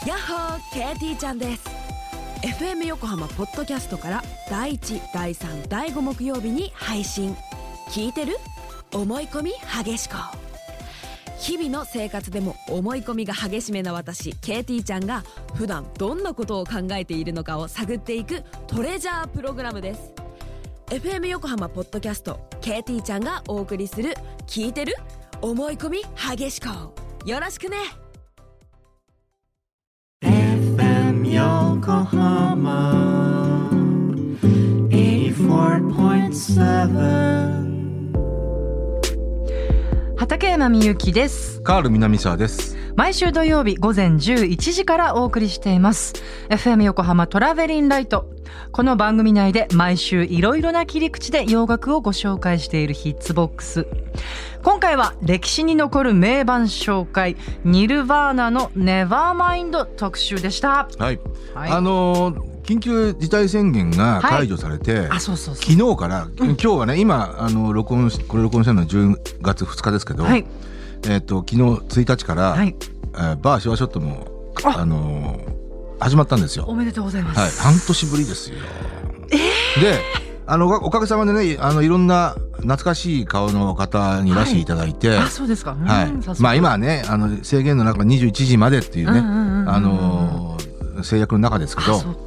やっほー、KT ちゃんです。 FM 横浜ポッドキャストから第1、第3、第5木曜日に配信。聞いてる？思い込み激しこ。日々の生活でも思い込みが激しめな私 KT ちゃんが普段どんなことを考えているのかを探っていくトレジャープログラムです。 FM 横浜ポッドキャスト KT ちゃんがお送りする聞いてる？思い込み激しこ。よろしくね。 FM 横浜 84.7。 畠山みゆきです。 カール南沢です。 毎週土曜日午前11時からお送りしています FM 横浜トラベリンライト。この番組内で毎週いろいろな切り口で洋楽をご紹介しているヒッツボックス。今回は歴史に残る名盤紹介、ニルヴァーナのネバーマインド特集でした。 はい、 はい、 緊急事態宣言が解除されて、 そうそう昨日から、今日はね、今これ録音したのは10月2日ですけど、昨日1日から、バーシュワショットも始まったんですよ。 おめでとうございます。 はい、半年ぶりですよ。でおかげさまでね、いろんな懐かしい顔の方にいらしていただいて、 そうですか。 今はね、制限の中21時までっていうね、制約の中ですけど、そ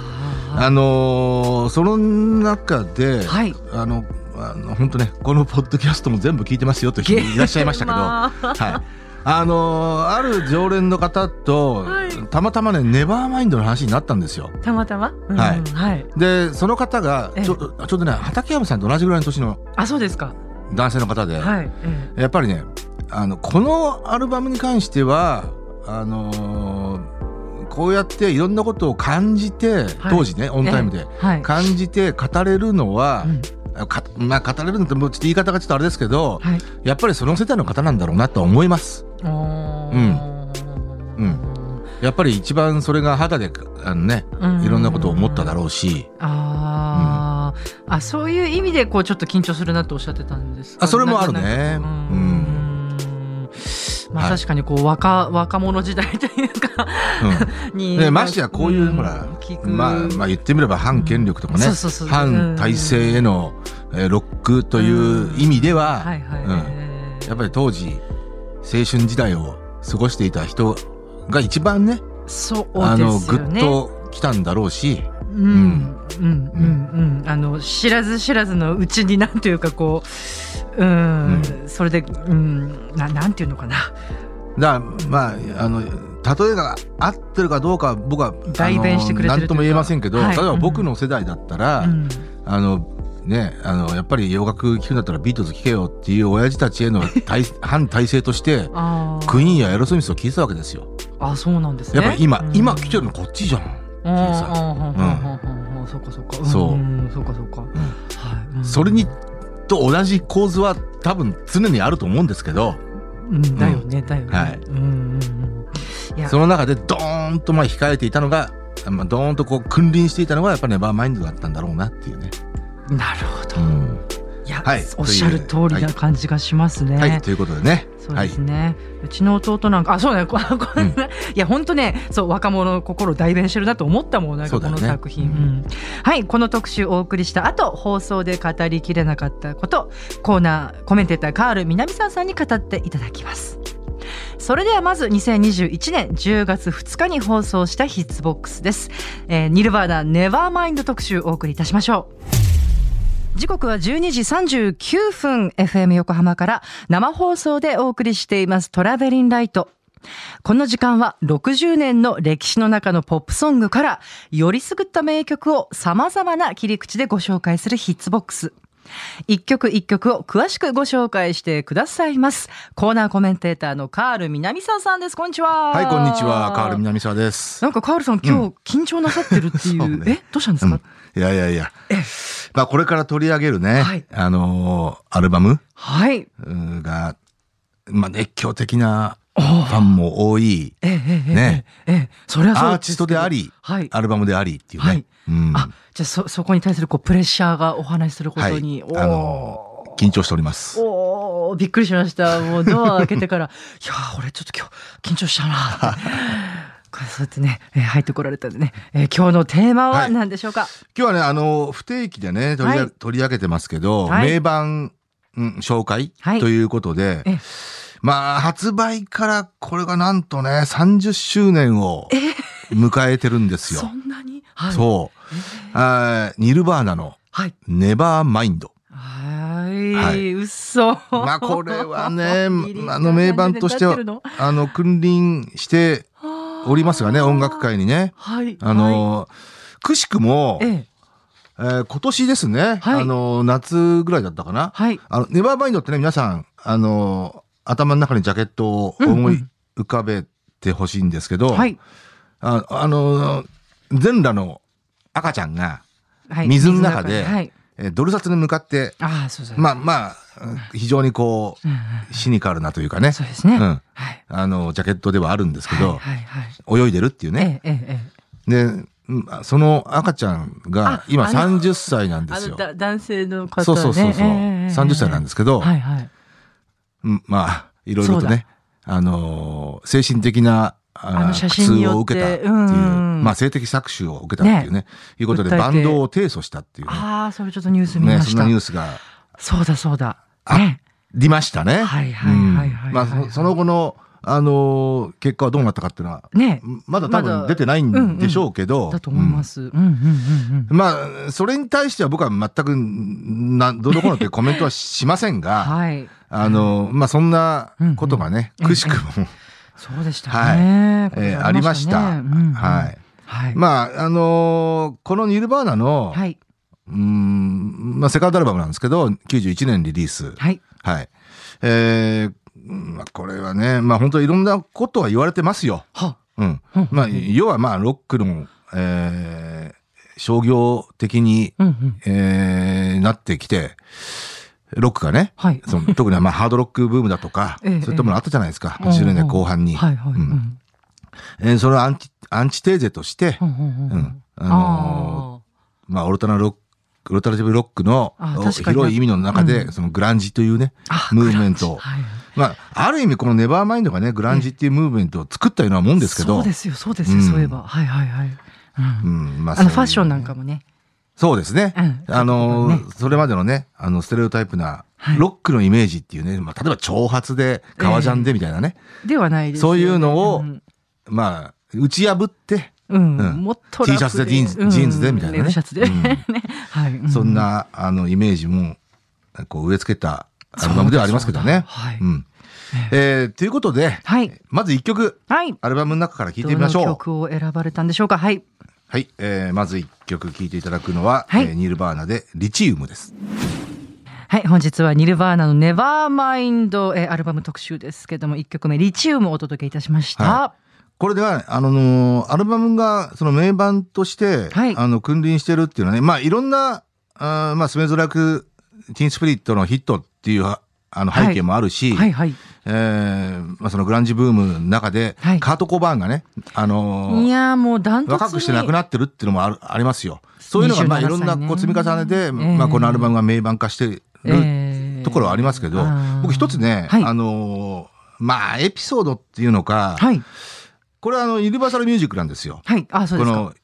の中で、本当ね、このポッドキャストも全部聞いてますよという人いらっしゃいましたけど、ある常連の方と、たまたまね、ネバーマインドの話になったんですよ。 たまたま、 でその方がちょうどね、畠山さんと同じぐらいの年のそうですか、 男性の方で、やっぱりね、このアルバムに関してはこうやっていろんなことを感じて、当時ね、オンタイムで感じて語れるのは、語れるのってもうちょっと言い方がちょっとあれですけど、やっぱりその世代の方なんだろうなと思います。やっぱり一番それが肌でいろんなことを思っただろうし、 そういう意味でこうちょっと緊張するなとおっしゃってたんですか。 それもあるね。 確かにこう若者時代というか、 ましてやこういうほら、言ってみれば反権力とかね、反体制へのロックという意味では、やっぱり当時青春時代を過ごしていた人が一番ね、ぐっと来たんだろうし、知らず知らずのうちになんていうかこう、それで、なんていうのかな。だから例えが合ってるかどうか僕は代弁してくれてる何とも言えませんけど、例えば僕の世代だったら、やっぱり洋楽聴くんだったらビートルズ聴けよっていう親父たちへの反体制としてクイーンやエロスミスを聴いてたわけですよ。 そうなんですね。 やっぱり今聴けるのこっちじゃん。それにと同じ構図は多分常にあると思うんですけど、 だよね。 その中でドーンと控えていたのが、ドーンとこう君臨していたのがやっぱりネバーマインドだったんだろうなっていうね。 なるほど。おっしゃる通りな感じがしますね。 ということでね。 そうですね。うちの弟なんか、そうね、いや本当ね、若者の心を代弁してるなと思ったもん、なんかこの作品。この特集をお送りした後、放送で語りきれなかったこと、コーナーコメンテーターカール南沢さんに語っていただきます。それではまず2021年10月2日に放送したヒッツボックスです。ニルヴァーナネバーマインド特集をお送りいたしましょう。時刻は12時39分 FM 横浜から生放送でお送りしていますトラベリンライト。この時間は60年の歴史の中のポップソングからよりすぐった名曲を様々な切り口でご紹介するヒッツボックス。一曲一曲を詳しくご紹介してくださいます。コーナーコメンテーターのカール南沢さんです。こんにちは。 はい、こんにちは。カール南沢です。 なんかカールさん今日緊張なさってるっていう、どうしたんですか？ いやこれから取り上げるね、アルバムが、熱狂的なファンも多い、 それはそうアーティストであり、アルバムでありっていうね。 じゃあそこに対するプレッシャーがお話しすることに、 緊張しております。 びっくりしました。もうドア開けてからいや俺ちょっと今日緊張したなってそうやってね、入ってこられたんでね、今日のテーマは何でしょうか。 今日はね、不定期でね、取り上げてますけど、名盤、紹介ということで、まあ、発売からこれがなんとね、30周年を迎えてるんですよ。 そんなに、 そう。ニルバーナのネバーマインド。 嘘。 まあ、これはね、名盤としては、君臨しておりますがね、音楽界にね。くしくも、今年ですね、夏ぐらいだったかな。ネバーマインドってね、皆さん、頭の中にジャケットを思い浮かべてほしいんですけど、全裸の赤ちゃんが水の中でドル札に向かってまあ非常にこうシニカルなというかね、ジャケットではあるんですけど、泳いでるっていうね。でその赤ちゃんが今30歳なんですよ。 男性の方ね。 そう30歳なんですけど、まあいろいろとね、精神的な苦痛を受けたっていう、まあ性的搾取を受けたっていうね、いうことでバンドを提訴したっていうね。 それちょっとニュース見ました。 そんなニュースが。 そうだ。 ありましたね。まあその後の結果はどうなったかっていうのは、まだ多分出てないんでしょうけど。 だと思います。 まあそれに対しては僕は全くどうのこうのってコメントはしませんが、まあそんなことがね、くしくも。 そうでしたね。 ありました。まあ、このニルバーナの、まあ、セカンドアルバムなんですけど、91年リリース。まあ、これはね、まあ、本当にいろんなことは言われてますよ。まあ、要はまあ、ロックの、商業的に、なってきて、ロックがね、特にまあハードロックブームだとか、そういったものあったじゃないですか、80年代後半に。それをアンチテーゼとして、まあオルタナティブロックの広い意味の中で、そのグランジというね、ムーブメントを、まあある意味このネバーマインドがね、グランジっていうムーブメントを作ったようなもんですけど。 そうですよ、そういえば。ファッションなんかもね。 そうですね。それまでのね、ステレオタイプな、ロックのイメージっていうね、まあ、例えば長髪で、革ジャンでみたいなね。 ではないです。 そういうのを、まあ、打ち破って、 もっと T シャツでジーンズでみたいなね。 シャツで。 そんな、イメージも、こう植え付けたアルバムではありますけどね。ということで、まず一曲、アルバムの中から聴いてみましょう。 どの曲を選ばれたんでしょうか。 まず一曲聴いていただくのは、ニルバーナでリチウムです。 本日はニルバーナのネバーマインド、アルバム特集ですけども、1曲目リチウムをお届けいたしました。 これではアルバムがその名盤として、君臨してるっていうのはね、まあいろんなまあスメズラクティーンスプリットのヒットっていう背景もあるし、まあそのグランジブームの中で、カート・コバーンがね、 いやもうダントツに若くして亡くなってるっていうのもありますよ。そういうのがまあいろんなこう積み重ねで、まあこのアルバムが名盤化してるところはありますけど、僕一つね、まあエピソードっていうのか、これはユニバーサルミュージックなんですよ。 そうですか。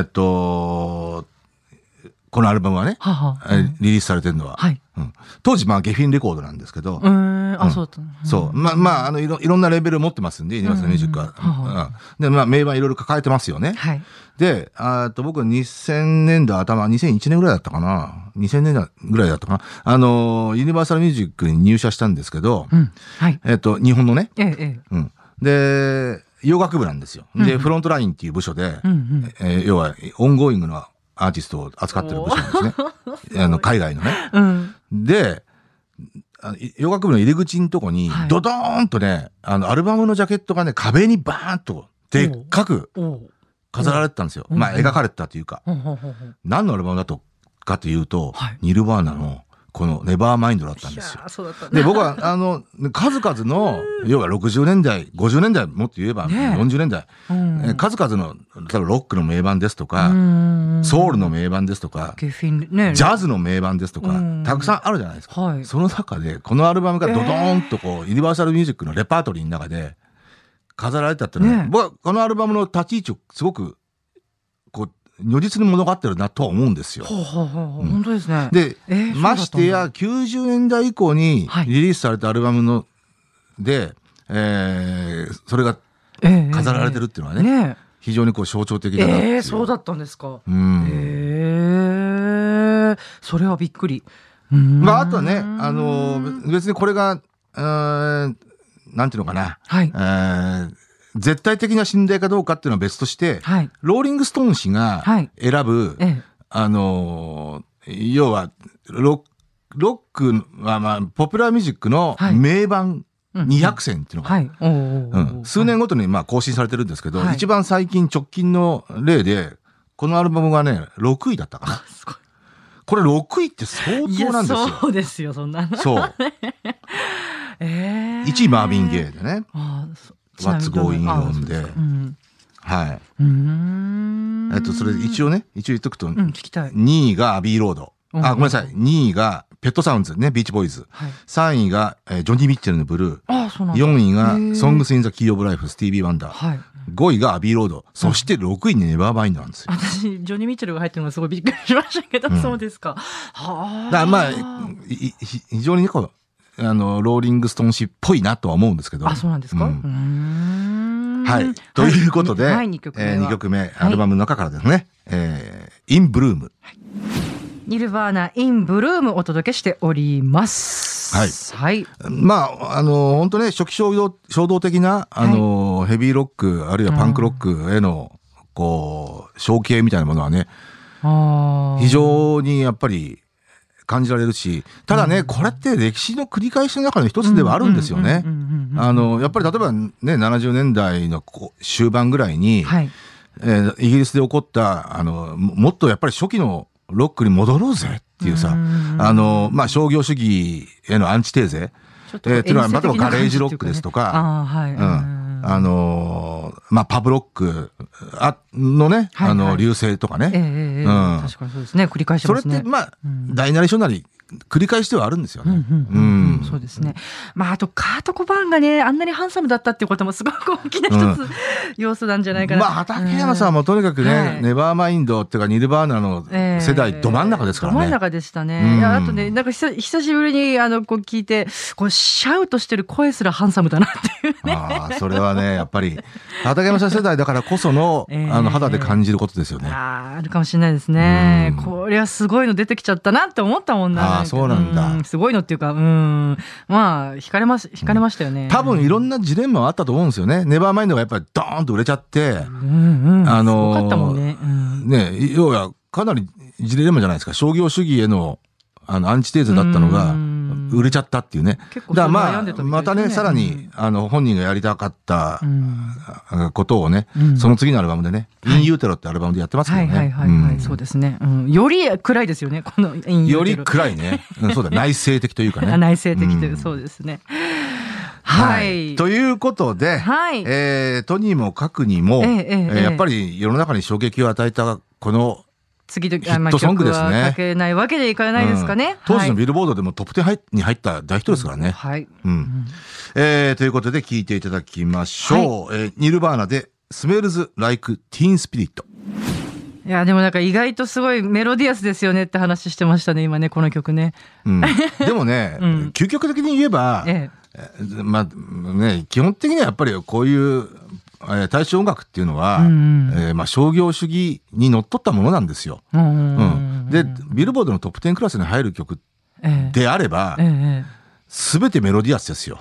このアルバムはね、リリースされてるのは。当時、まあ、ゲフィンレコードなんですけど。そう。まあ、いろんなレベルを持ってますんで、ユニバーサルミュージックは。で、まあ、名盤いろいろ抱えてますよね。で、僕は2000年代頭、2001年ぐらいだったかな。2000年代ぐらいだったかな。ユニバーサルミュージックに入社したんですけど、日本のね。で、洋楽部なんですよ。で、フロントラインっていう部署で、要は、オンゴーイングのアーティストを扱ってる部署なんですね。海外のね。で、洋楽部の入り口のとこに、ドドーンとね、アルバムのジャケットがね、壁にバーンと、でっかく飾られてたんですよ。まあ、描かれてたというか。何のアルバムだとかというと、ニルバーナの、このネバーマインドだったんですよ。で、僕は、数々の、要は60年代、50年代もっと言えば40年代、数々の、例えばロックの名盤ですとか、ソウルの名盤ですとか、ジャズの名盤ですとか、たくさんあるじゃないですか。その中で、このアルバムがドドーンとこう、ユニバーサルミュージックのレパートリーの中で、 飾られたってね、僕はこのアルバムの立ち位置をすごくこう如実に物語ってるなとは思うんですよ。 本当ですね。 で、ましてや90年代以降にリリースされたアルバムので、それが飾られてるっていうのはね、非常にこう象徴的だなっていう。 そうだったんですか。それはびっくり。 まああとはね、別にこれがなんていうのかな、絶対的な信頼かどうかっていうのは別として、ローリングストーン氏が選ぶ、要はロックはまあポピュラーミュージックの名盤200選っていうのが、数年ごとにまあ更新されてるんですけど、一番最近直近の例でこのアルバムがね6位だったかな。これ6位って相当なんですよ。 そうですよ、そんな。 そう。1位マーヴィン・ゲイでね。What's Going On で。はい。それ一応言っとくと、2位がアビーロード。ごめんなさい。2位がペットサウンズね、ビーチボーイズ。3位がジョニー・ミッチェルのブルー。4位がSongs in the Key of Life、スティービー・ワンダー。5位がアビーロード。そして6位にネバーマインドなんですよ。 私、ジョニー・ミッチェルが入ってるのがすごいびっくりしましたけど、そうですか。 だからまあ、非常にこう、ローリングストーン氏っぽいなとは思うんですけど。 そうなんですか。 はい。ということで、2曲目、アルバムの中からですね、In Bloom。 ニルヴァーナ In Bloom お届けしております。 はい。まあ、本当ね、初期衝動的な、ヘビーロック、あるいはパンクロックへの、こう、承継みたいなものはね、非常にやっぱり感じられるし、ただね、これって歴史の繰り返しの中の一つではあるんですよね。やっぱり例えばね、70年代の終盤ぐらいに、イギリスで起こった、もっとやっぱり初期のロックに戻ろうぜっていうさ、まあ、商業主義へのアンチテーゼっていうのは、例えばガレージロックですとか、まあ、パブロックのね、流星とかね。 確かにそうですね。繰り返してますね。 それって、まあ、大なり小なり、繰り返しではあるんですよね。 そうですね。まあ、あと、カート・コバーンがね、あんなにハンサムだったっていうこともすごく大きな一つ要素なんじゃないかな。 まあ、畠山さんもとにかくね、ネバーマインドっていうか、ニルバーナの世代、ど真ん中ですからね。 ど真ん中でしたね。いや、あとね、なんか久しぶりに、こう聞いて、こう、シャウトしてる声すらハンサムだなっていうね。 それはね、やっぱり、畠山さん世代だからこその、肌で感じることですよね。 あるかもしれないですね。これはすごいの出てきちゃったなって思ったもんな。 そうなんだ。 すごいのっていうか、まあ、惹かれましたよね。 多分いろんなジレンマはあったと思うんですよね。ネバーマインドがやっぱりドーンと売れちゃって、すごかったもんね。 ね、要はかなりジレンマじゃないですか。商業主義への、アンチテーゼだったのが、売れちゃったっていうね。だからまあ、またね、さらに、本人がやりたかったことをね、その次のアルバムでね、インユーテロってアルバムでやってますけどね。 そうですね。より暗いですよね、このインユーテロ。 より暗いね。そうだ、内省的というかね。 内省的という、そうですね。はい。 ということで、とにもかくにも、やっぱり世の中に衝撃を与えた、この、 次の曲はかけないわけでいかないですかね。 当時のビルボードでもトップ10に入った大ヒットですからね。ということで聴いていただきましょう。ニルバーナで Smells Like Teen Spirit。 いやでもなんか意外とすごいメロディアスですよねって話してましたね、今ね、この曲ね。 でもね、究極的に言えば、まあね、基本的にはやっぱりこういう大衆音楽っていうのは、まあ商業主義にのっとったものなんですよ。で、ビルボードのトップ10クラスに入る曲であれば、全てメロディアスですよ。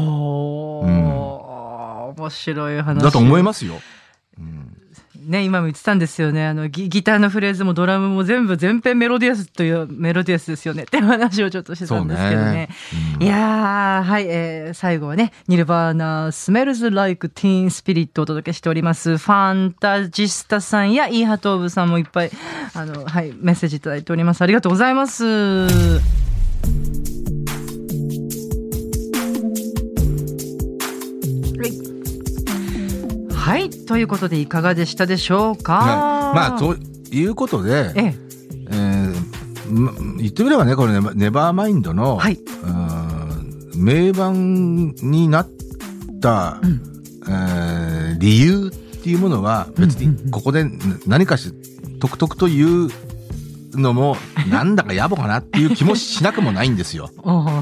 面白い話だと思いますよ。 ね、今も言ってたんですよね。ギターのフレーズもドラムも全編メロディアスというメロディアスですよねっていう話をちょっとしてたんですけどね。いやー、はい、最後はね、ニルバーナ Smells Like Teen Spirit をお届けしております。ファンタジスタさんやイーハトーブさんもいっぱいはい、メッセージいただいております。ありがとうございます。はい、ということでいかがでしたでしょうか。 まあということで、言ってみればね、これネバーマインドの、名盤になった、 理由っていうものは別にここで何か独特というのもなんだか野暮かなっていう気もしなくもないんですよ。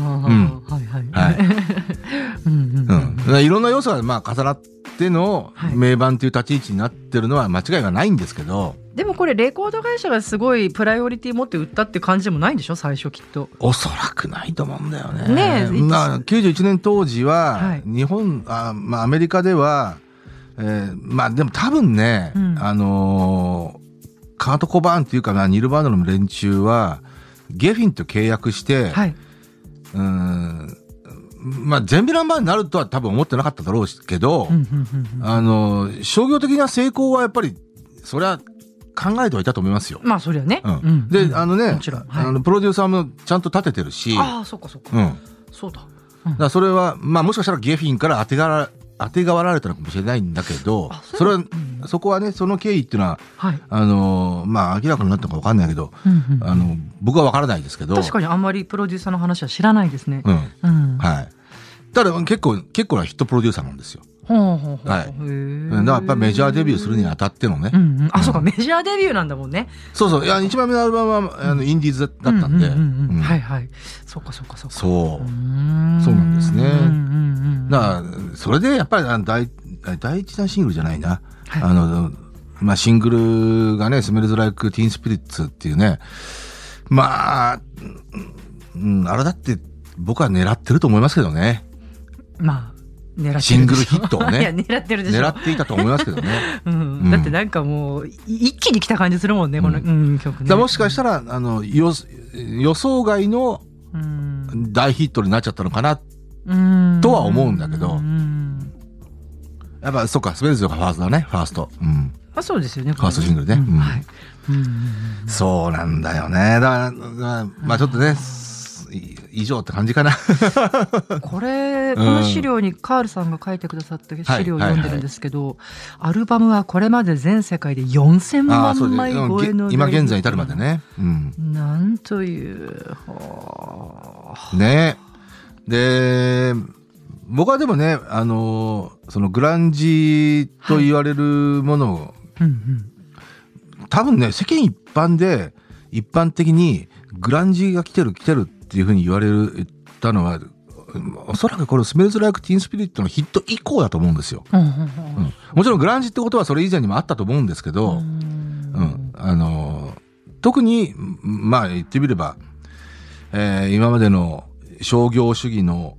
いろんな要素がまあ重なっての名盤という立ち位置になってるのは間違いがないんですけど、 でもこれレコード会社がすごいプライオリティ持って売ったって感じでもないんでしょ最初きっと。 おそらくないと思うんだよね。91年当時は日本、アメリカでは、まあでも多分ね、カート・コバーンっていうかな、ニルバーナの連中はゲフィンと契約して、まあ全米ナンバーになるとは多分思ってなかっただろうけど、商業的な成功はやっぱりそれは考えてはいたと思いますよ。 まあそりゃね。 でプロデューサーもちゃんと立ててるし。 ああ、そうかそうか。そうだ。 だからそれはまあもしかしたらゲフィンから当てがわられたのかもしれないんだけど、そこはね、その経緯っていうのは、まあ明らかになったのか分かんないけど、僕は分からないですけど。 確かにあんまりプロデューサーの話は知らないですね。 ただ結構なヒットプロデューサーなんですよ。だからやっぱりメジャーデビューするにあたってのね。 そうか、メジャーデビューなんだもんね。 そうそう、一番目のアルバムはインディーズだったんで。 そうかそうかそうか。 そうなんですね。だからそれでやっぱり第一弾シングルじゃないな。まあシングルがね、スメルズ・ライク・ティーン・スピリッツっていうね、まあ、あれだって僕は狙ってると思いますけどね。 まあ。 シングルヒットをね。 いや、狙ってるでしょ。 狙っていたと思いますけどね。 だってなんかもう、一気に来た感じするもんね、この曲ね。 もしかしたら、予想外の大ヒットになっちゃったのかな、とは思うんだけど。やっぱ、そっか、スメルズがファーストだね、ファースト。 そうですよね。 ファーストシングルね。そうなんだよね。だから、まあちょっとね、以上って感じかな。 この資料にカールさんが書いてくださった資料を読んでるんですけど、アルバムはこれまで全世界で4000万枚超えの今現在至るまでね。 なんという。 ね。で、僕はでもね、そのグランジと言われるものを、多分ね、世間一般的にグランジが来てるっていうふうに言われたのは、おそらくこのスメルズ・ライク・ティーン・スピリットのヒット以降だと思うんですよ。もちろんグランジってことはそれ以前にもあったと思うんですけど、特に、まあ言ってみれば、今までの商業主義の、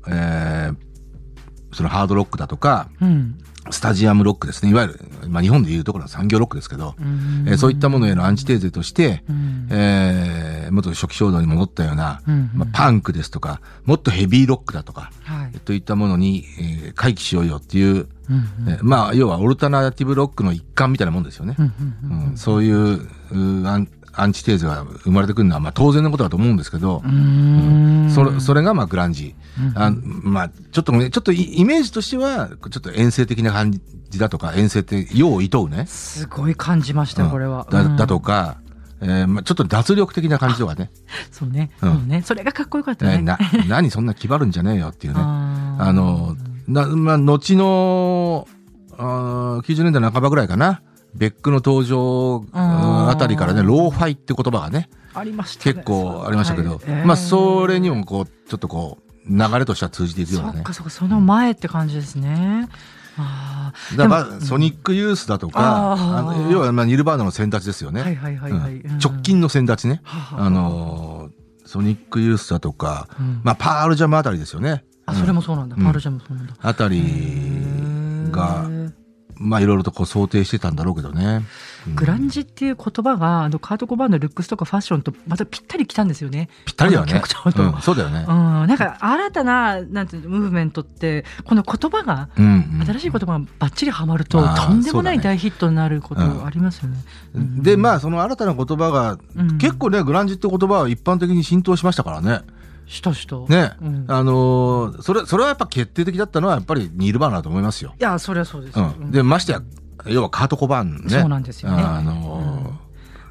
そのハードロックだとか、スタジアムロックですね。いわゆる、まあ、日本でいうところの産業ロックですけど、そういったものへのアンチテーゼとして、もっと初期衝動に戻ったような、まあ、パンクですとか、もっとヘビーロックだとか、といったものに、回帰しようよっていう、まあ、要はオルタナティブロックの一環みたいなもんですよね。そういうアンチテーゼが生まれてくるのはまあ当然のことだと思うんですけど、それがまあグランジ。まあちょっとイメージとしてはちょっと遠征的な感じだとか、遠征って世を厭うね。 すごい感じましたよ、これは。 だとか、まあちょっと脱力的な感じとかね。 そうね。それがかっこよかったね。 何そんな気張るんじゃねえよっていうね。まあ後の90年代半ばぐらいかな。ベックの登場あたりからね、ローファイって言葉がね、結構ありましたけど、まあそれにもこうちょっとこう流れとしては通じていくようなね。 その前って感じですね。 だからソニックユースだとか、要はまあニルバーナの先達ですよね。直近の先達ね。ソニックユースだとか、まあパールジャムあたりですよね。 それもそうなんだ。パールジャムそうなんだ。 あたりが。まあいろいろとこう想定してたんだろうけどね。 グランジっていう言葉がカート・コバーンのルックスとかファッションとまたぴったりきたんですよね。 ぴったりだよね。そうだよね。 なんか新たななんていうムーブメントってこの言葉が、新しい言葉がバッチリはまるととんでもない大ヒットになることありますよね。 でまあその新たな言葉が、結構ねグランジって言葉は一般的に浸透しましたからね。ね、それはやっぱ決定的だったのはやっぱりニルバーナだと思いますよ。 いや、それはそうですよ。 でましてや要はカート・コバーンね。 そうなんですよね。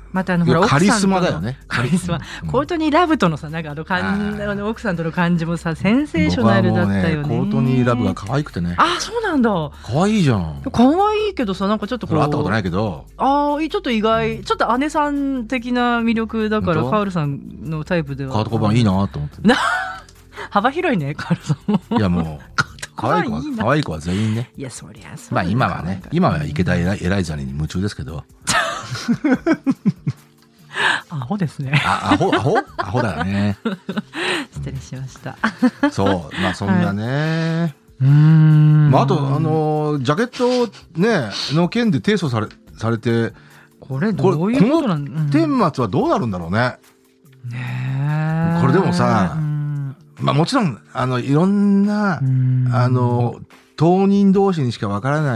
またほらカリスマだよね。 カリスマ、コートニーラブとのさ、なんか奥さんとの感じもさ、センセーショナルだったよね。 コートニーラブが可愛くてね。 あ、そうなんだ。 可愛いじゃん。 可愛いけどさ、なんかちょっとこう会ったことないけど、 ちょっと意外、ちょっと姉さん的な魅力だから、カールさんのタイプでは。 カートコバンいいなと思って。 幅広いね、カールさんも。 いやもう可愛い子は全員ね。 いや、そりゃそう。 まあ今は池田エライザに夢中ですけど。 アホですね。 アホだよね。 失礼しました。 そう、まあそんなね。まああとジャケットねの件で提訴されて、 これどういうことなんだ。 この顛末はどうなるんだろうね。これでもさ、まあもちろんいろんな当人同士にしかわからない、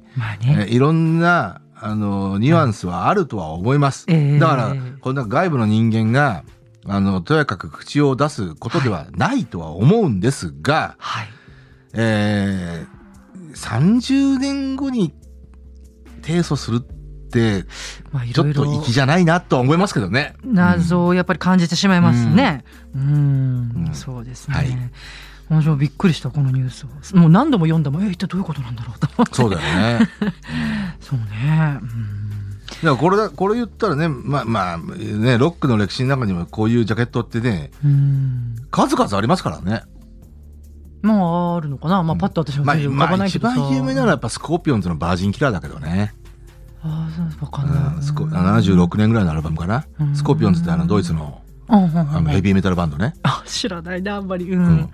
いろんなニュアンスはあるとは思います。だからこんな外部の人間がとやかく口を出すことではないとは思うんですが、30年後に提訴するってちょっと粋じゃないなとは思いますけどね。 謎をやっぱり感じてしまいますね。そうですね。私もびっくりした、このニュースを。もう何度も読んだもん、一体どういうことなんだろうと思って。そうだよね。そうね。 だからこれ言ったらね、まあね、ロックの歴史の中にもこういうジャケットってね、数々ありますからね。 まああるのかな。まあパッと私も浮かばないけどさ。 一番有名なのはやっぱスコーピオンズのバージンキラーだけどね。 わかんない。 76年ぐらいのアルバムかな。スコーピオンズってドイツのヘビーメタルバンドね。 知らないな、あんまり。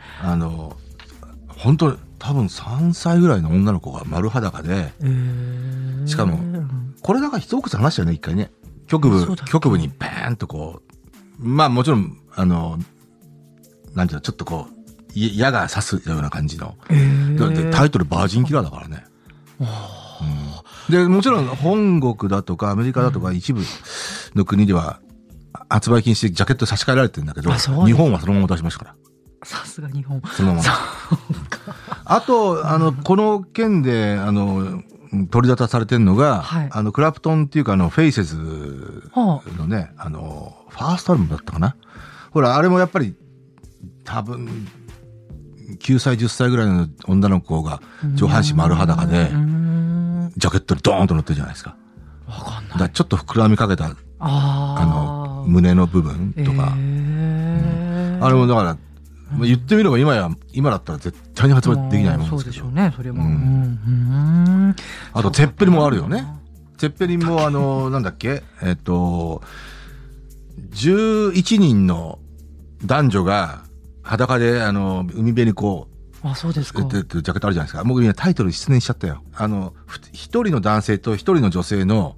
本当に多分3歳ぐらいの女の子が丸裸で、しかもこれなんか一口話したよね、一回ね。局部にバーンとこう、まあもちろんなんていうの、ちょっとこう矢が刺すような感じの、タイトルバージンキラーだからね。でもちろん本国だとかアメリカだとか一部の国では発売禁止でジャケット差し替えられてるんだけど、日本はそのまま出しましたから。 さすが日本。 そのまま。あとこの件で取り沙汰されてるのが、クラプトンっていうかフェイセズのね、ファーストアルバムだったかな。ほらあれもやっぱり多分9歳10歳ぐらいの女の子が上半身丸裸でジャケットにドーンと乗ってるじゃないですか。 わかんない。 だからちょっと膨らみかけた胸の部分とか、あれもだから言ってみれば今だったら絶対に発売できないもんですけど。 そうでしょうね、それも。 あとツェッペリンもあるよね。ツェッペリンもなんだっけ、11人の男女が裸で海辺にこう、 そうですか。 ジャケットあるじゃないですか。僕今タイトル失念しちゃったよ。一人の男性と一人の女性の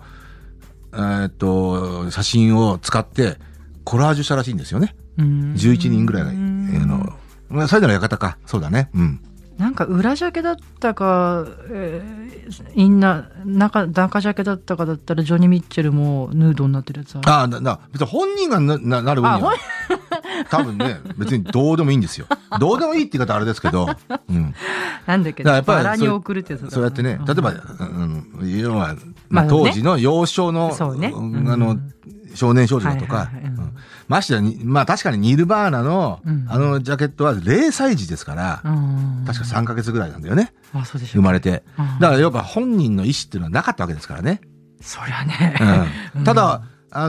写真を使ってコラージュしたらしいんですよね。11人ぐらいが最後の館か。そうだね。 なんか裏ジャケだったか、インナー中ジャケだったかだったらジョニー・ミッチェルもヌードになってるやつは。 別に本人がなる分には多分ね、別にどうでもいいんですよ。どうでもいいって言い方あれですけど、 なんだけど、バラに送るってやつだ。 そうやってね、例えば要は当時の幼少の少年少女だとか、ましてやまあ確かにニルバーナのジャケットは0歳児ですから、確か3ヶ月ぐらいなんだよね。生まれて。だからやっぱ本人の意思っていうのはなかったわけですからね。 そりゃね。 ただ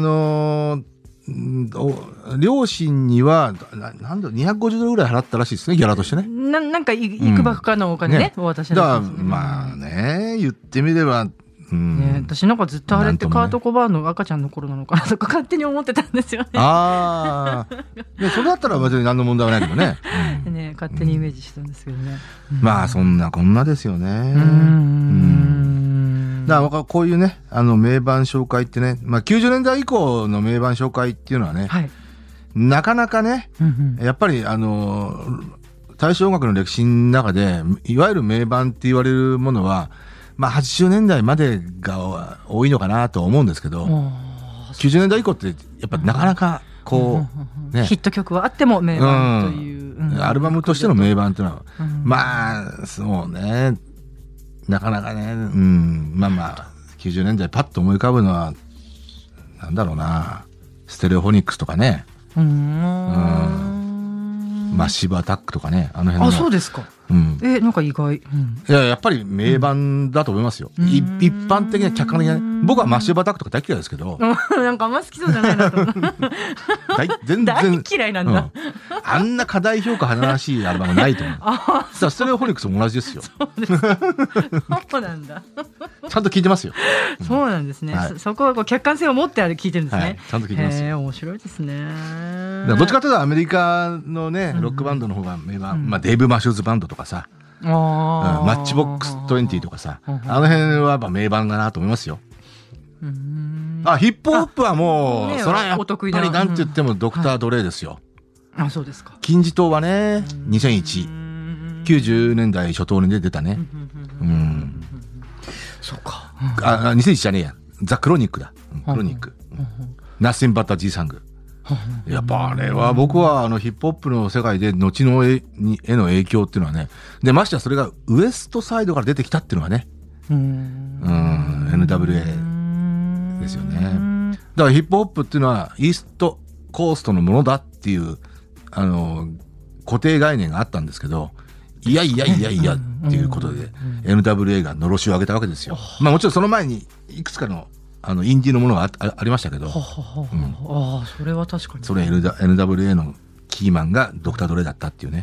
両親にはなんだ250ドルぐらい払ったらしいですね、ギャラとしてね。 なんかいくばくかのお金ね、お渡しだからまあね、言ってみれば。 私なんかずっとあれってカート・コバーンの赤ちゃんの頃なのかなとか勝手に思ってたんですよね。 それだったら別に何の問題はないけどね。 勝手にイメージしたんですけどね。 まあそんなこんなですよね。だからこういうね名盤紹介ってね、まあ90年代以降の名盤紹介っていうのはね、なかなかね、やっぱり大正音楽の歴史の中でいわゆる名盤って言われるものはまあ80年代までが多いのかなと思うんですけど、90年代以降ってやっぱなかなかこうね、 ヒット曲はあっても名盤という、 アルバムとしての名盤っていうのは、まあそうね、なかなかね、まあ90年代パッと思い浮かぶのはなんだろうな、ステレオフォニックスとかね、マッシブアタックとかね、あの辺の。 あ、そうですか。なんか意外。いや、やっぱり名盤だと思いますよ。一般的な客観的な、僕はマッシブアタックとか大嫌いですけど。 なんかあんま好きそうじゃないなと。 全然。 大嫌いなんだ。 あんな過大評価華々しいアルバムないと思う。ステレオフォニックスも同じですよ。 そうなんだ。 ちゃんと聞いてますよ。 そうなんですね。そこはこう客観性を持って聞いてるんですね。 ちゃんと聞いてますよ。 面白いですね。 どっちかというとアメリカのね、ロックバンドの方が名盤、デイブ・マシューズバンドとかさ、マッチボックス20とかさ、あの辺はやっぱ名盤だなと思いますよ。ヒップホップはもう、それはやっぱりなんて言ってもドクター・ドレイですよ。 あ、そうですか。 金字塔はね、2001、90年代初頭に出たね。 そうか。 2001じゃねえや。ザ・クロニックだ。クロニック。ナッシンバッタ・ジーサング。やっぱあれは僕はヒップホップの世界で後の絵の影響っていうのはね、でましてやそれがウエストサイドから出てきたっていうのがね、NWA ですよね。だからヒップホップっていうのはイーストコーストのものだっていう固定概念があったんですけど、いやっていうことで NWA がのろしを上げたわけですよ。まあもちろんその前にいくつかのインディーのものが ありましたけど、それは確かに。 それ NWA のキーマンがドクター・ドレイだったっていうね。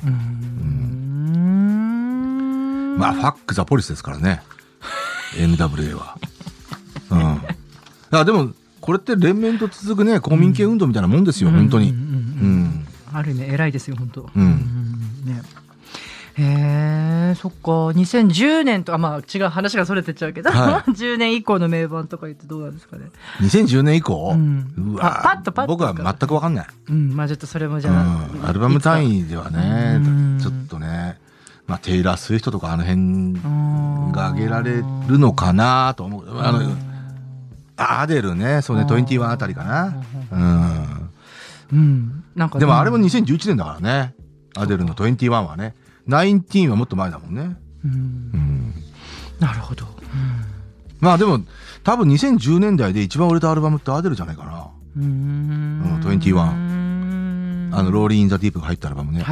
まあファック・ザ・ポリスですからねNWA は。でもこれって連綿と続くね、公民権運動みたいなもんですよ、本当に。 ある意味偉いですよ本当。そっか、2010年とか、まあ違う話がそれてっちゃうけど、10年以降の名盤とか言ってどうなんですかね。 2010年以降、 パッと僕は全く分かんない。 まあちょっとそれもじゃあ、 アルバム単位ではね、ちょっとね、まあテイラー・スウィフトとかあの辺が挙げられるのかなと思う。アデルね、そうね、21あたりかな。 なんかでもあれも2011年だからね、アデルの21はね。19はもっと前だもんね。 なるほど。 まあでも多分2010年代で一番売れたアルバムってアデルじゃないかな。21。ローリー・イン・ザ・ディープが入ったアルバムね。い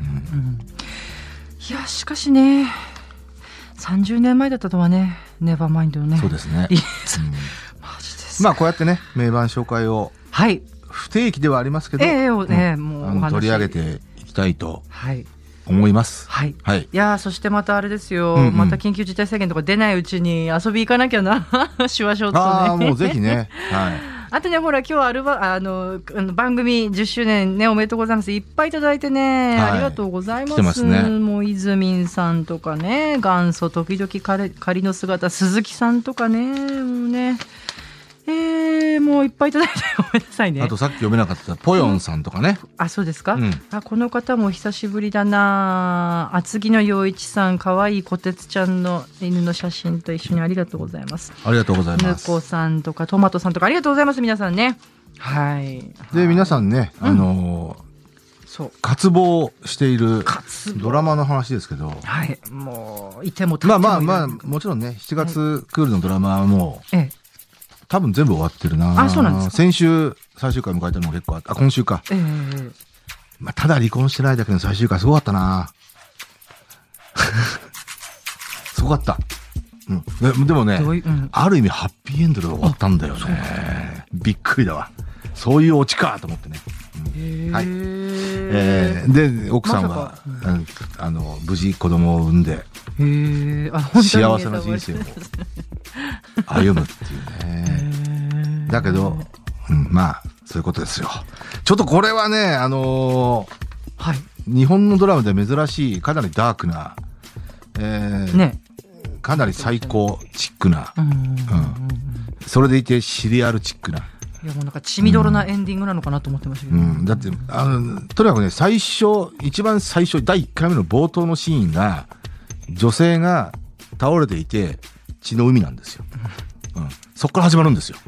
やしかしね、30年前だったとはね、ネバーマインドのね。 そうですね。 マジですまあこうやってね、名盤紹介を不定期ではありますけど、 もう取り上げていきたいと。思います。 いや、そしてまたあれですよ、また緊急事態宣言とか出ないうちに遊び行かなきゃなシュワショットね。 もうぜひね。 あとね、ほら今日番組10周年ね、おめでとうございます。いっぱいいただいてね、ありがとうございます。 来てますね。 もういずみんさんとかね、元祖時々仮の姿鈴木さんとかね、もうね、もういっぱいいただいてごめんなさいね。 あとさっき読めなかったポヨンさんとかね。 あ、そうですか。この方も久しぶりだな。厚木の陽一さん、かわいいこてつちゃんの犬の写真と一緒にありがとうございます。 ありがとうございます。 ぬこさんとかトマトさんとかありがとうございます、皆さんね。 で皆さんね、渇望しているドラマの話ですけど、 もういてもたってもまあもちろんね、7月クールのドラマはもう、多分全部終わってるな。 そうなんですか。 先週最終回迎えたのも結構あった。今週か。ただ離婚してないだけの最終回すごかったな。すごかった。でもね、ある意味ハッピーエンドで終わったんだよね。びっくりだわ。そういうオチかと思ってね。で奥さんは無事子供を産んで幸せな人生を歩むっていうね。だけど、まあそういうことですよ。ちょっとこれはね、日本のドラマで珍しいかなりダークな、かなり最高チックな、それでいてシリアルチックな。 いやもうなんか血みどろなエンディングなのかなと思ってましたけど、 だってとにかくね、一番最初第1回目の冒頭のシーンが女性が倒れていて血の海なんですよ。そこから始まるんですよ。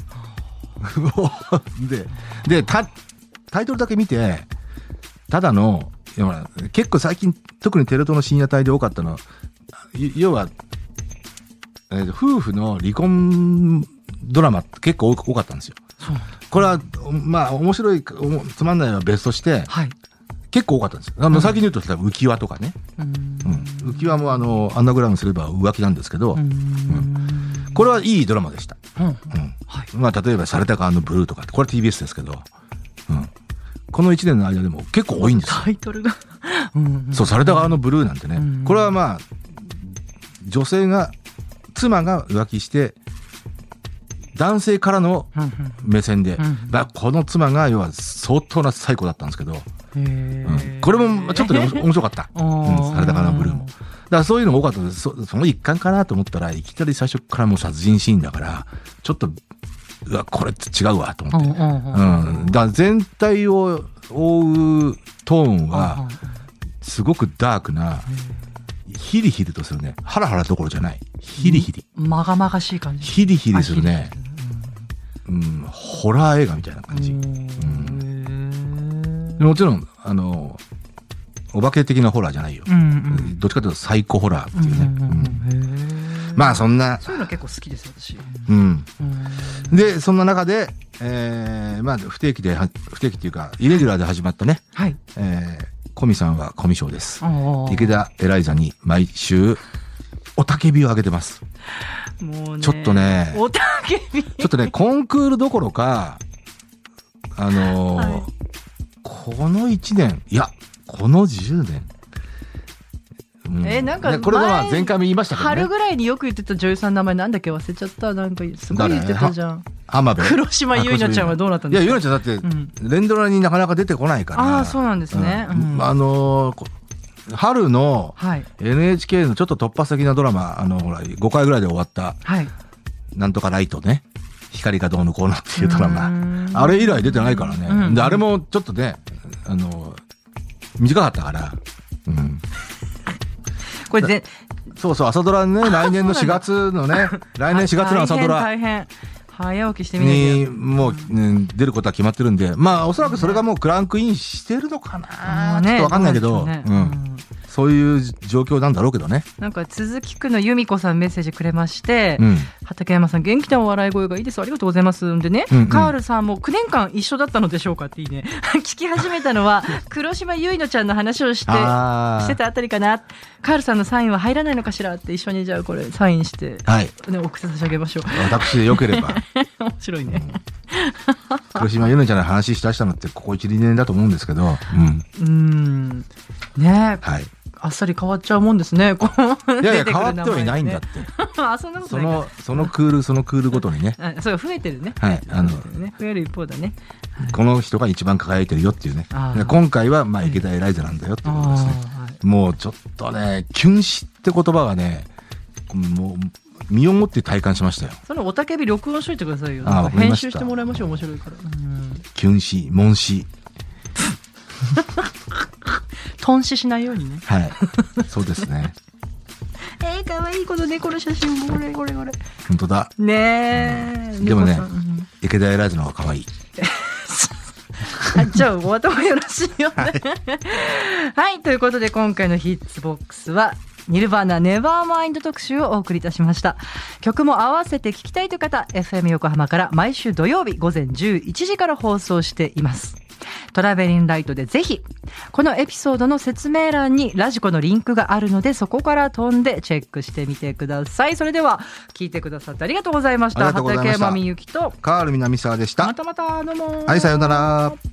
でタイトルだけ見て、ただの結構最近特にテレ東の深夜帯で多かったのは、要は、夫婦の離婚ドラマって結構多かったんですよ。 これはまあ面白いつまんないのは別として、はい、結構多かったんですよ。先に言うと浮き輪とかね、浮き輪もアンダーグラウンドすれば浮気なんですけど、これはいいドラマでした。まあ例えばされた側のブルーとかこれ TBS ですけど、この1年の間でも結構多いんですよ。 タイトルがそうされた側のブルーなんてね、これはまあ女性が妻が浮気して男性からの目線で、この妻が要は相当な最高だったんですけど、これもちょっとね面白かった、された側のブルーも。だからそういうのが多かったです。その一環かなと思ったらいきなり最初からもう殺人シーンだからちょっとこれ違うわと思って、だから全体を覆うトーンはすごくダークな、ヒリヒリとするね、ハラハラどころじゃない、ヒリヒリ、 まがまがしい感じ、 ヒリヒリするね、ホラー映画みたいな感じ。もちろんお化け的なホラーじゃないよ、どっちかというとサイコホラーっていうね。まあそんなそういうの結構好きです私。 でそんな中で、まあ不定期っていうかイレギュラーで始まったね、コミさんはコミショーです。池田エライザに毎週おたけびをあげてます。 もうね、 ちょっとねおたけびちょっとねコンクールどころかこの1年いやこの10年、 なんかこれは前回も言いましたけどね、 春ぐらいによく言ってた女優さんの名前なんだっけ忘れちゃった。なんかすごい言ってたじゃん。黒島結菜ちゃんはどうなったんですか。 いや結菜ちゃんだって、連ドラになかなか出てこないから。 あ、そうなんですね。 春の NHK のちょっと突発的なドラマ5回ぐらいで終わった、なんとかライトね、光がどうのこうのっていうドラマ、あれ以来出てないからね。であれもちょっとね短かったから、 これそう朝ドラね、来年の4月のね来年4月の朝ドラ大変早起きしてみないとにもう、出ることは決まってるんで、まあおそらくそれがもうクランクインしてるのかな、ちょっとわかんないけど、そういう状況なんだろうけどね。 なんか鈴木区の由美子さんメッセージくれまして、畠山さん元気なお笑い声がいいです、ありがとうございます。んでね、カールさんも9年間一緒だったのでしょうかっていいね聞き始めたのは黒島結菜ちゃんの話をしてたあたりかな。カールさんのサインは入らないのかしらって、一緒にじゃあこれサインして、送って差し上げましょう。 私でよければ面白いね、 黒島結菜ちゃんの話しだしたのってここ 1,2 年だと思うんですけど、 ね、あっさり変わっちゃうもんですね。いやいや変わってはいないんだってそんなことないか。 そのクールごとにね、 そう増えてるね。増える一方だね。 この人が一番輝いてるよっていうね。今回はまあ池田エライザなんだよってことですね。もうちょっとね、キュン死って言葉がね、もう身をもって体感しましたよ。 そのおたけび録音しといてくださいよ。編集してもらいましょう、面白いから。 キュン死、悶死。 トン死しないようにね。 そうですね。 可愛いこの猫の写真、これ。 本当だ。 ねえ。 でもね、池田エライズの方が可愛い。 じゃあお後がよろしいよね。はい、ということで今回のヒッツボックスはニルヴァーナネバーマインド特集をお送りいたしました。曲も合わせて聴きたいという方、 FM 横浜から毎週土曜日午前11時から放送しています。トラベリンライトでぜひこのエピソードの説明欄にラジコのリンクがあるので、そこから飛んでチェックしてみてください。それでは聞いてくださってありがとうございました。畠山みゆきとカール南沢でした。 またどうも。 はい、さようなら。